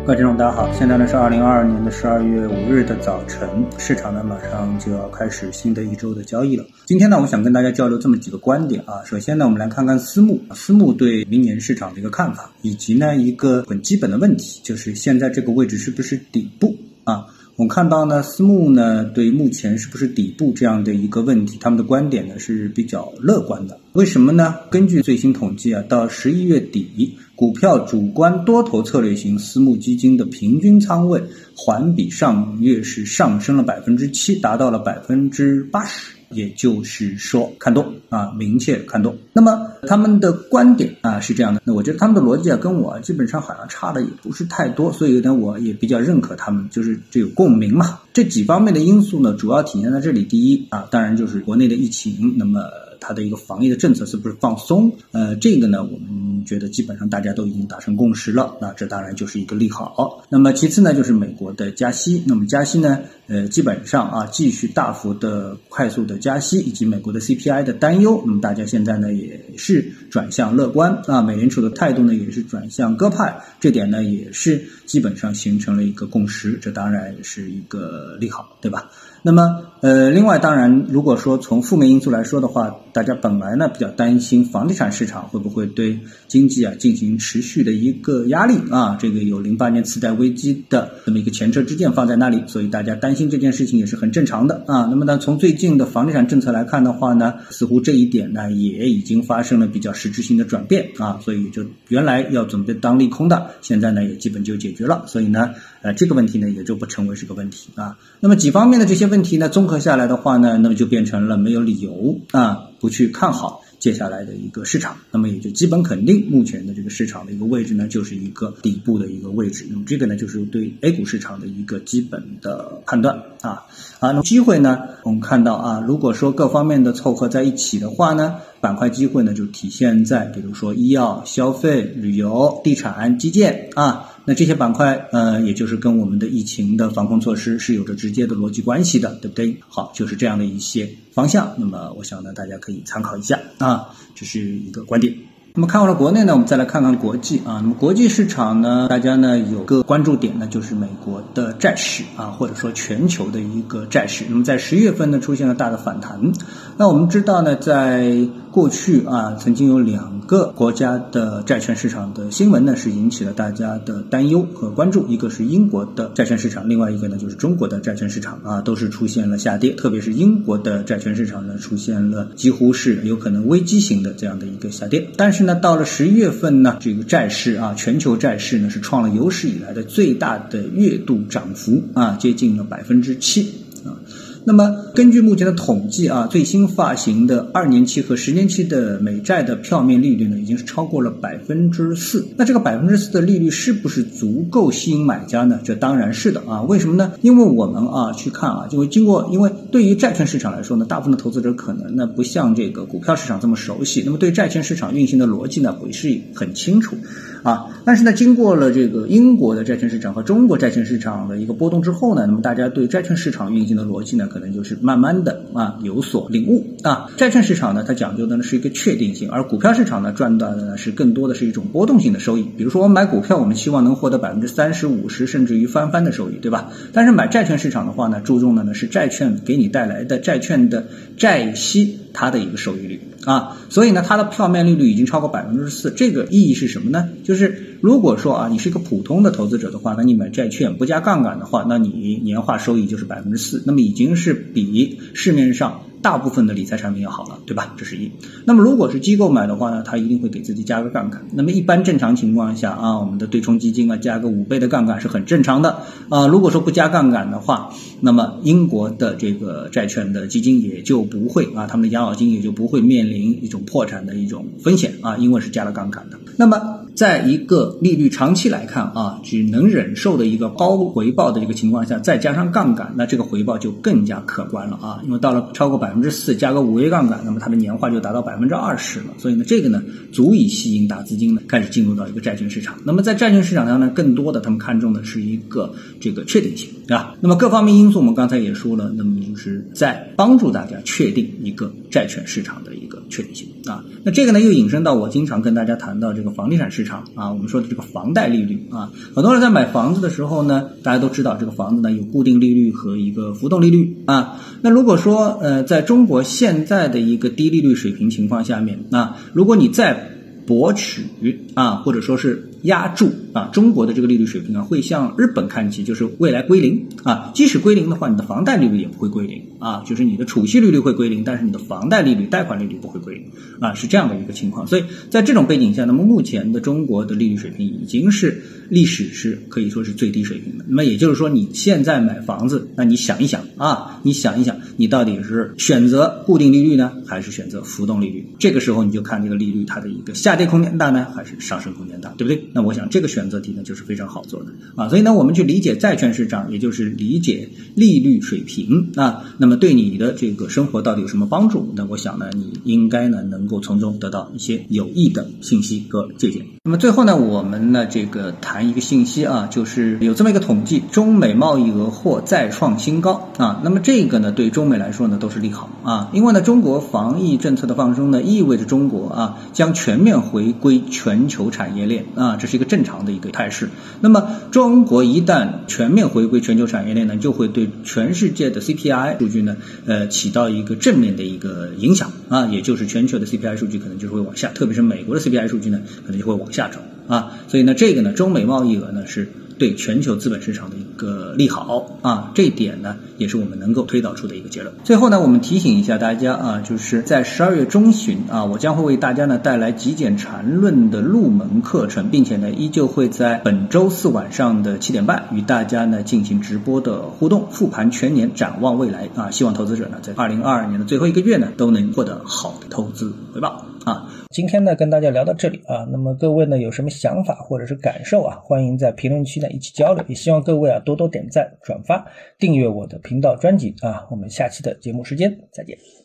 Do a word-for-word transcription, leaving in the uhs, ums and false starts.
各位听众大家好，现在呢是二零二二年的十二月五日的早晨，市场呢马上就要开始新的一周的交易了。今天呢我想跟大家交流这么几个观点啊。首先呢我们来看看私募，私募对明年市场的一个看法，以及呢一个很基本的问题，就是现在这个位置是不是底部啊。我们看到呢私募呢对目前是不是底部这样的一个问题，他们的观点呢是比较乐观的。为什么呢？根据最新统计啊，到十一月底，股票主观多头策略型私募基金的平均仓位环比上月是上升了 百分之七， 达到了 百分之八十， 也就是说看多啊，明确看多。那么他们的观点啊是这样的，那我觉得他们的逻辑啊跟我基本上好像差的也不是太多，所以呢我也比较认可他们，就是这有共鸣嘛。这几方面的因素呢主要体现在这里。第一啊，当然就是国内的疫情，那么它的一个防疫的政策是不是放松，呃，这个呢我们觉得基本上大家都已经达成共识了，那这当然就是一个利好。那么其次呢就是美国的加息，那么加息呢呃，基本上啊继续大幅的快速的加息，以及美国的 C P I 的担忧，那么大家现在呢也是转向乐观啊，美联储的态度呢也是转向鸽派，这点呢也是基本上形成了一个共识，这当然是一个利好，对吧？那么呃，另外当然如果说从负面因素来说的话，大家本来呢比较担心房地产市场会不会对经济啊进行持续的一个压力啊，这个有零八年次贷危机的这么一个前车之鉴放在那里，所以大家担心这件事情也是很正常的啊。那么呢从最近的房地产政策来看的话呢，似乎这一点呢也已经发生了比较实质性的转变啊，所以就原来要准备当利空的，现在呢也基本就解决了，所以呢呃这个问题呢也就不成为是个问题啊。那么几方面的这些问题呢综合下来的话呢，那么就变成了没有理由啊不去看好接下来的一个市场，那么也就基本肯定目前的这个市场的一个位置呢就是一个底部的一个位置。那么这个呢就是对 A 股市场的一个基本的判断啊。啊，那么机会呢我们看到啊，如果说各方面的凑合在一起的话呢，板块机会呢就体现在比如说医药、消费、旅游、地产、基建啊，那这些板块呃，也就是跟我们的疫情的防控措施是有着直接的逻辑关系的，对不对？好，就是这样的一些方向，那么我想呢大家可以参考一下啊，这是一个观点。那么看完了国内呢，我们再来看看国际啊。那么国际市场呢，大家呢有个关注点呢，就是美国的债市啊，或者说全球的一个债市。那么在十一月份呢，出现了大的反弹。那我们知道呢，在过去啊，曾经有两个国家的债券市场的新闻呢，是引起了大家的担忧和关注。一个是英国的债券市场，另外一个呢就是中国的债券市场啊，都是出现了下跌。特别是英国的债券市场呢，出现了几乎是有可能危机型的这样的一个下跌。但是那到了十一月份呢，这个债市啊，全球债市呢是创了有史以来的最大的月度涨幅啊，接近了 百分之七 啊。那么根据目前的统计啊，最新发行的二年期和十年期的美债的票面利率呢，已经是超过了 百分之四。那这个 百分之四 的利率是不是足够吸引买家呢？这当然是的啊。为什么呢？因为我们啊去看啊，就会经过，因为对于债券市场来说呢，大部分的投资者可能呢不像这个股票市场这么熟悉，那么对债券市场运行的逻辑呢不是很清楚啊。但是呢，经过了这个英国的债券市场和中国债券市场的一个波动之后呢，那么大家对债券市场运行的逻辑呢可能就是慢慢的啊有所领悟啊。债券市场呢它讲究的呢是一个确定性，而股票市场呢赚到的呢是更多的是一种波动性的收益。比如说我们买股票，我们希望能获得 百分之三十、五十 甚至于翻番的收益，对吧？但是买债券市场的话呢，注重的呢是债券给你带来的债券的债息它的一个收益率啊，所以呢它的票面利率已经超过 百分之四。 这个意义是什么呢？就是如果说啊你是一个普通的投资者的话，那你买债券不加杠杆的话，那你年化收益就是 百分之四， 那么已经是比市面上大部分的理财产品要好了，对吧？这是一。那么如果是机构买的话呢，它一定会给自己加个杠杆。那么一般正常情况下啊，我们的对冲基金啊加个五倍的杠杆是很正常的啊。如果说不加杠杆的话，那么英国的这个债券的基金也就不会啊，他们的养老金也就不会面临一种破产的一种风险啊，因为是加了杠杆的。那么在一个利率长期来看啊，只能忍受的一个高回报的一个情况下，再加上杠杆，那这个回报就更加可观了啊。因为到了超过 百分之四 加个五倍杠杆，那么它的年化就达到 百分之二十 了。所以呢，这个呢足以吸引大资金呢开始进入到一个债券市场。那么在债券市场上呢，更多的他们看重的是一个这个确定性，对吧？那么各方面因素我们刚才也说了，那么就是在帮助大家确定一个债券市场的一个确定性啊。那这个呢又引申到我经常跟大家谈到这个房地产市市场啊，我们说的这个房贷利率啊，很多人在买房子的时候呢，大家都知道这个房子呢有固定利率和一个浮动利率啊。那如果说呃在中国现在的一个低利率水平情况下面啊，如果你再博取啊，或者说是压住啊，中国的这个利率水平啊，会向日本看齐，就是未来归零啊。即使归零的话，你的房贷利率也不会归零啊，就是你的储蓄利率会归零，但是你的房贷利率、贷款利率不会归零啊，是这样的一个情况。所以在这种背景下，那么目前的中国的利率水平已经是历史是可以说是最低水平的。那么也就是说，你现在买房子，那你想一想啊，你想一想，你到底是选择固定利率呢，还是选择浮动利率？这个时候你就看这个利率它的一个下跌空间大呢，还是上升空间大，对不对？那我想这个选择题呢就是非常好做的啊，所以呢我们去理解债券市场，也就是理解利率水平啊，那么对你的这个生活到底有什么帮助？那我想呢你应该呢能够从中得到一些有益的信息和借鉴。那么最后呢我们呢这个谈一个信息啊，就是有这么一个统计，中美贸易额或再创新高啊，那么这个呢对中美来说呢都是利好啊，因为呢中国防疫政策的放松呢意味着中国啊将全面回归全球产业链啊，这是一个正常的一个态势。那么中国一旦全面回归全球产业链呢，就会对全世界的 C P I 数据呢呃起到一个正面的一个影响啊，也就是全球的 C P I 数据可能就是会往下，特别是美国的 C P I 数据呢可能就会往下走啊，所以呢这个呢中美贸易额呢是对全球资本市场的一个利好啊，这一点呢也是我们能够推导出的一个结论。最后呢我们提醒一下大家啊，就是在十二月中旬啊，我将会为大家呢带来极简缠论的入门课程，并且呢依旧会在本周四晚上的七点半与大家呢进行直播的互动，复盘全年，展望未来啊，希望投资者呢在二零二二年的最后一个月呢都能获得好的投资回报啊。今天呢跟大家聊到这里啊，那么各位呢有什么想法或者是感受啊，欢迎在评论区呢一起交流，也希望各位啊多多点赞、转发、订阅我的频道专辑啊，我们下期的节目时间再见。